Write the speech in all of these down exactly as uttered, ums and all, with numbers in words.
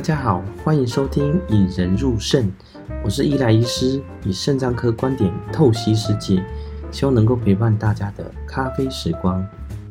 家好，欢迎收听引人入肾，我是伊莱医师，以肾脏科观点透析世界，希望能够陪伴大家的咖啡时光。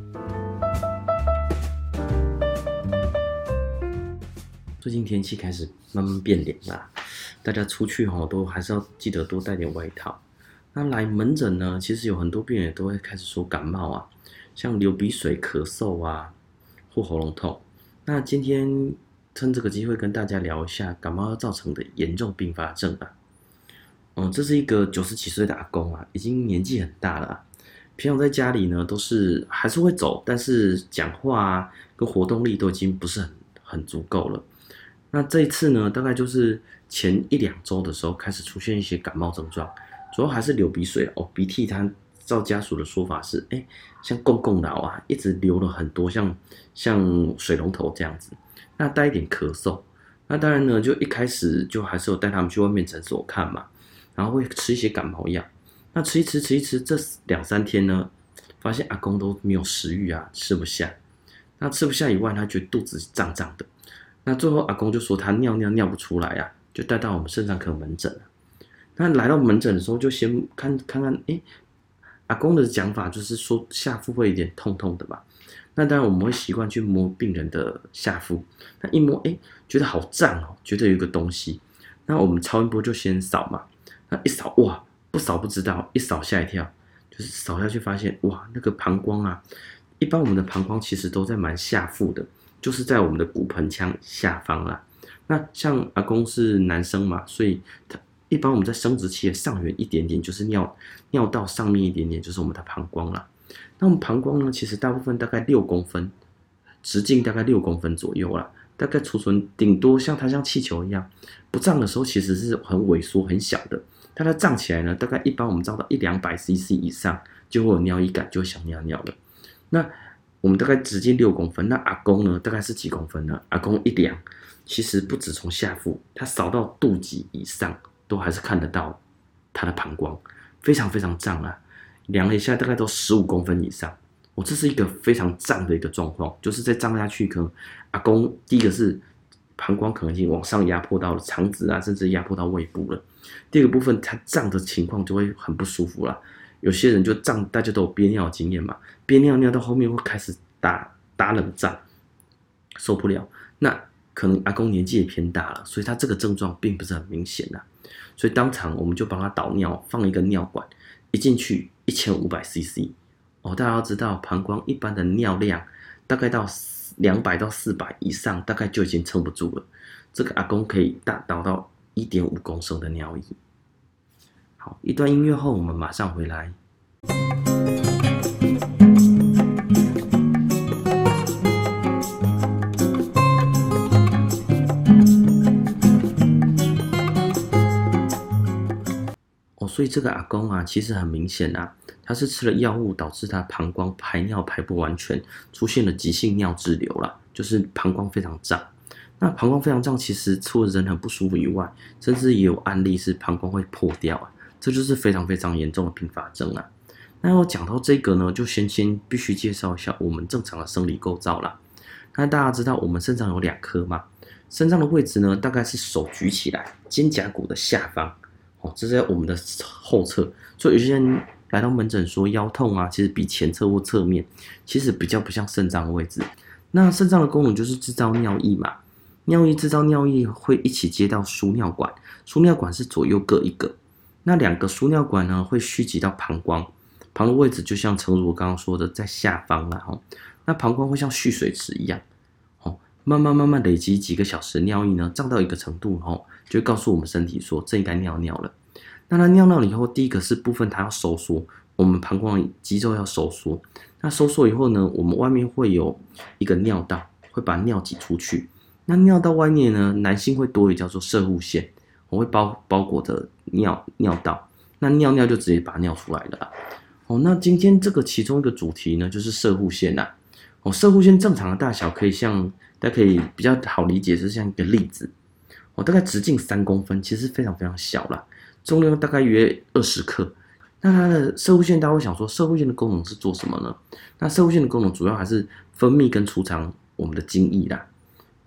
最近天气开始慢慢变凉啦，大家出去吼都还是要记得多带点外套。那来门诊呢，其实有很多病人都会开始说感冒啊，像流鼻水、咳嗽啊，或喉咙痛。那今天趁这个机会跟大家聊一下感冒造成的严重并发症啊。嗯，这是一个九十几岁的阿公啊，已经年纪很大了啊。平常在家里呢，都是还是会走，但是讲话啊跟活动力都已经不是很很足够了。那这一次呢，大概就是前一两周的时候开始出现一些感冒症状，主要还是流鼻水哦，鼻涕它照家属的说法是，哎，像公公脑啊，一直流了很多像像水龙头这样子。那带一点咳嗽，那当然呢，就一开始就还是有带他们去外面诊所看嘛，然后会吃一些感冒药。那吃一吃吃一吃，这两三天呢，发现阿公都没有食欲啊，吃不下。那吃不下以外，他觉得肚子胀胀的。那最后阿公就说他尿尿尿不出来啊，就带到我们肾脏科门诊了。那来到门诊的时候，就先看看看，哎，阿公的讲法就是说下腹会有点痛痛的嘛。那当然我们会习惯去摸病人的下腹，那一摸，哎，觉得好胀哦，觉得有一个东西。那我们超音波就先扫嘛，那一扫，哇，不扫不知道，一扫吓一跳，就是扫下去发现，哇，那个膀胱啊，一般我们的膀胱其实都在蛮下腹的，就是在我们的骨盆腔下方啦。那像阿公是男生嘛，所以他一般我们在生殖器的上缘一点点，就是尿尿道上面一点点，就是我们的膀胱啦。那我们膀胱呢，其实大部分大概六公分，直径大概六公分左右啦，大概储存顶多像它像气球一样，不胀的时候其实是很萎缩很小的，但它胀起来呢，大概一般我们胀到一两百 C C 以上，就会有尿意感，就会想尿尿了。那我们大概直径六公分，那阿公呢，大概是几公分呢？阿公一量，其实不止从下腹，他扫到肚脐以上，都还是看得到他的膀胱，非常非常胀啊。量了一下，大概都十五公分以上。哦，这是一个非常胀的一个状况，就是再胀下去，可能阿公第一个是膀胱可能已经往上压迫到了肠子啊，甚至压迫到胃部了。第二个部分，他胀的情况就会很不舒服啦。有些人就胀，大家都有憋尿的经验嘛，憋尿尿到后面会开始打打冷战，受不了。那可能阿公年纪也偏大了，所以他这个症状并不是很明显啦。所以当场我们就帮他导尿，放一个尿管。一进去一千五百 C C 哦，大家要知道膀胱一般的尿量大概到两百到四百以上，大概就已经撑不住了。这个阿公可以大导到一点五公升的尿液。好，一段音乐后，我们马上回来。所以这个阿公啊，其实很明显啊，他是吃了药物导致他膀胱排尿排不完全，出现了急性尿滞留啦，就是膀胱非常胀。那膀胱非常胀，其实除了人很不舒服以外，甚至也有案例是膀胱会破掉啊，这就是非常非常严重的并发症啊。那我讲到这个呢，就先先必须介绍一下我们正常的生理构造啦。那大家知道我们肾脏有两颗嘛，肾脏的位置呢，大概是手举起来，肩胛骨的下方。哦，这是在我们的后侧，所以有些人来到门诊说腰痛啊，其实比前侧或侧面，其实比较不像肾脏的位置。那肾脏的功能就是制造尿液嘛，尿液制造尿液会一起接到输尿管，输尿管是左右各一个，那两个输尿管呢会蓄集到膀胱，膀的位置就像诚如我刚刚说的在下方啦，哦，那膀胱会像蓄水池一样，哦，慢慢慢慢累积几个小时的尿液呢，胀到一个程度，哦，就会告诉我们身体说这应该尿尿了。那它尿尿了以后，第一个是部分它要收缩，我们膀胱肌肉要收缩。那收缩以后呢，我们外面会有一个尿道，会把尿挤出去。那尿道外面呢，男性会多一个叫做攝護腺，我会包包裹着尿尿道。那尿尿就直接把它尿出来了啦。哦，那今天这个其中一个主题呢，就是攝護腺啦。哦，攝護腺正常的大小可以像大家可以比较好理解，是像一个粒子。哦，大概直径三公分，其实非常非常小啦。重量大概约二十克。那它的攝護腺，大家会想说，攝護腺的功能是做什么呢？那攝護腺的功能主要还是分泌跟储藏我们的精液啦。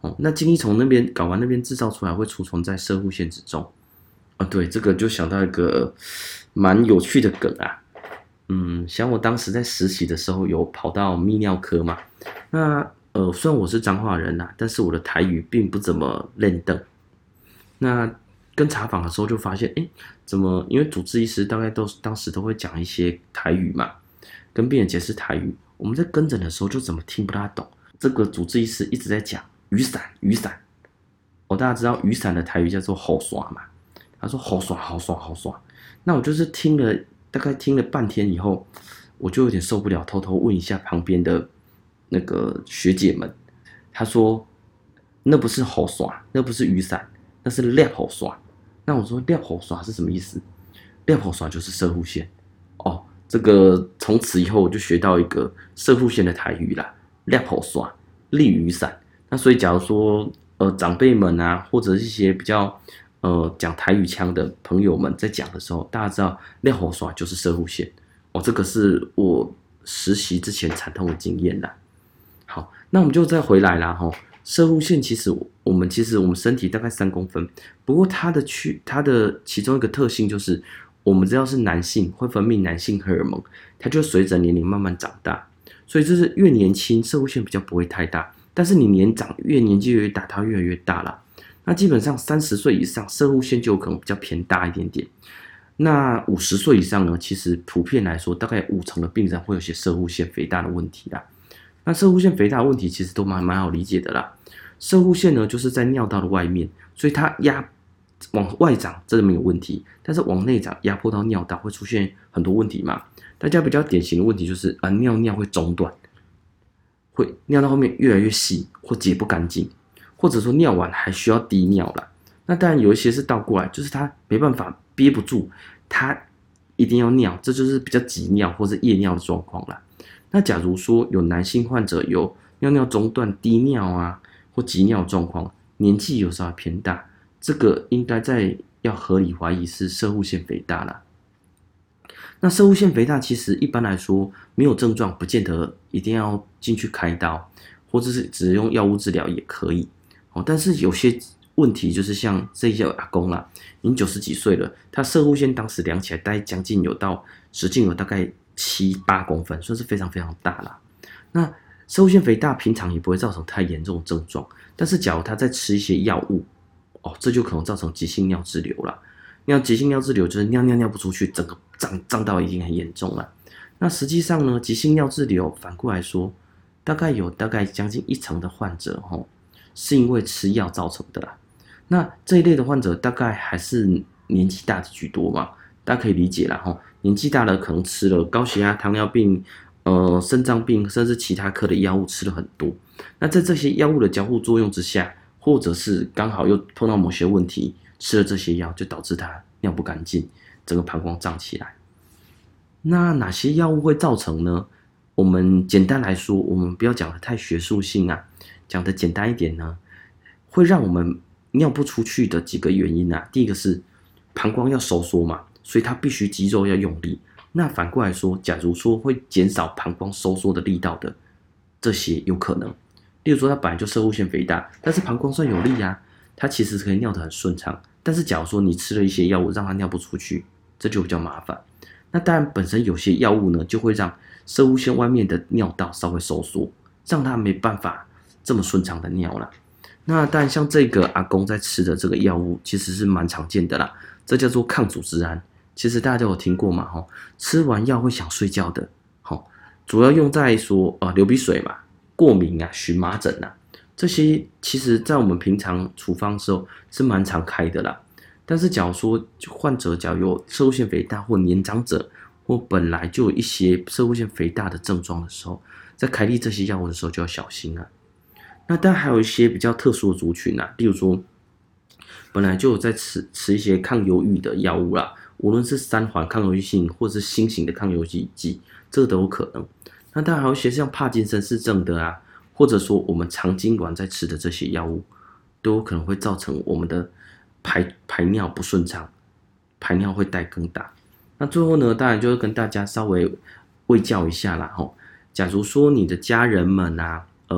哦，那精液从那边睾丸那边制造出来，会储存在射护腺之中。啊，对，这个就想到一个蛮有趣的梗啊。嗯，像我当时在实习的时候，有跑到泌尿科嘛。那呃，虽然我是彰化人呐、啊，但是我的台语并不怎么练得。那跟查访的时候就发现，哎，怎么？因为主治医师大概都当时都会讲一些台语嘛，跟病人解释台语。我们在跟诊的时候就怎么听不大懂。这个主治医师一直在讲雨伞，雨伞。哦，大家知道雨伞的台语叫做好耍嘛？他说好耍，好耍，好耍。那我就是听了大概听了半天以后，我就有点受不了，偷偷问一下旁边的那个学姐们。她说那不是好耍，那不是雨伞，那是亮好耍。那我说亮好耍是什么意思？亮好耍就是射护腺。哦，这个从此以后我就学到一个射护腺的台语啦，亮好耍，利雨伞。那所以假如说呃长辈们啊，或者一些比较呃讲台语腔的朋友们在讲的时候，大家知道亮好耍就是射护腺。哦，这个是我实习之前惨痛的经验啦。好，那我们就再回来啦哈。射护腺其实我们其实我们身体大概三公分，不过它的区它的其中一个特性就是，我们只要是男性会分泌男性荷尔蒙，它就随着年龄慢慢长大，所以就是越年轻射护腺比较不会太大，但是你年长越年纪越大，它越来越大啦。那基本上三十岁以上射护腺就有可能比较偏大一点点。那五十岁以上呢，其实普遍来说，大概五成的病人会有些射护腺肥大的问题啦。那射护腺肥大的问题其实都蛮蛮好理解的啦。射护腺呢，就是在尿道的外面，所以它压往外长，这没有问题。但是往内长，压迫到尿道会出现很多问题嘛。大家比较典型的问题就是啊、呃，尿尿会中断，会尿到后面越来越细，或解不干净，或者说尿完还需要滴尿啦。那当然有一些是倒过来，就是他没办法憋不住，他一定要尿，这就是比较急尿或者夜尿的状况啦。那假如说有男性患者有尿尿中断、滴尿啊或急尿状况，年纪有稍微偏大，这个应该在要合理怀疑是射护腺肥大啦。那射护腺肥大其实一般来说没有症状，不见得一定要进去开刀，或者是只用药物治疗也可以。哦，但是有些问题就是像这一位阿公啦，已经九十几岁了，他射护腺当时量起来大概将近有到直径有大概七八公分，算是非常非常大啦。那射护腺肥大平常也不会造成太严重的症状，但是假如他在吃一些药物，哦，这就可能造成急性尿滞留啦。那急性尿滞留就是尿尿尿不出去，整个胀胀到已经很严重了。那实际上呢，急性尿滞留反过来说，大概有大概将近一成的患者吼，是因为吃药造成的啦。那这一类的患者大概还是年纪大的居多嘛，大家可以理解啦吼。年纪大了可能吃了高血压、糖尿病、呃肾脏病，甚至其他科的药物吃了很多。那在这些药物的交互作用之下，或者是刚好又碰到某些问题，吃了这些药就导致他尿不干净，整个膀胱胀起来。那哪些药物会造成呢？我们简单来说，我们不要讲的太学术性啊，讲的简单一点呢，会让我们尿不出去的几个原因啊。第一个是膀胱要收缩嘛，所以它必须肌肉要用力。那反过来说，假如说会减少膀胱收缩的力道的，这些有可能。例如说，它本来就射护腺肥大，但是膀胱算有力啊，它其实可以尿得很顺畅。但是假如说你吃了一些药物让它尿不出去，这就比较麻烦。那当然本身有些药物呢，就会让射护腺外面的尿道稍微收缩，让它没办法这么顺畅的尿啦。那当然像这个阿公在吃的这个药物其实是蛮常见的啦，这叫做抗组织胺。其实大家都有听过嘛，吼，吃完药会想睡觉的，吼，主要用在说呃流鼻水嘛、过敏啊、荨麻疹啊，这些其实在我们平常处方的时候是蛮常开的啦。但是假如说患者假如有射护腺肥大或年长者，或本来就有一些射护腺肥大的症状的时候，在开立这些药物的时候就要小心啊。那当然还有一些比较特殊的族群啊，例如说本来就有在吃吃一些抗忧郁的药物啦，无论是三环抗忧郁性或是新型的抗忧郁剂，这个都有可能。那当然还有一些像帕金森氏症的啊，或者说我们长经管在吃的这些药物，都有可能会造成我们的排排尿不顺畅，排尿会带更大。那最后呢，当然就是跟大家稍微卫教一下啦吼。假如说你的家人们啊，呃，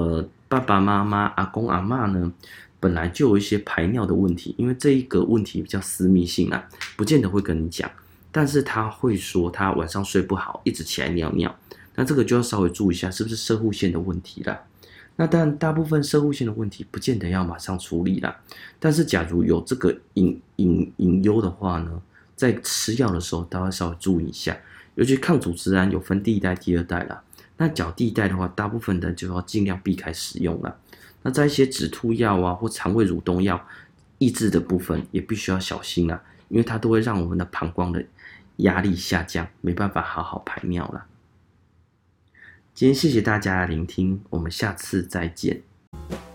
爸爸妈妈、阿公阿嬷呢，本来就有一些排尿的问题，因为这一个问题比较私密性啊，不见得会跟你讲，但是他会说他晚上睡不好，一直起来尿尿，那这个就要稍微注意一下，是不是攝護腺的问题啦。那当然，大部分攝護腺的问题不见得要马上处理啦，但是假如有这个隐隐隐忧的话呢，在吃药的时候，大家稍微注意一下，尤其抗组织胺有分第一代、第二代啦。那脚第一代的话，大部分人就要尽量避开使用啦。那在一些止吐药啊或肠胃蠕动药抑制的部分，也必须要小心啦，因为它都会让我们的膀胱的压力下降，没办法好好排尿啦。今天谢谢大家的聆听，我们下次再见。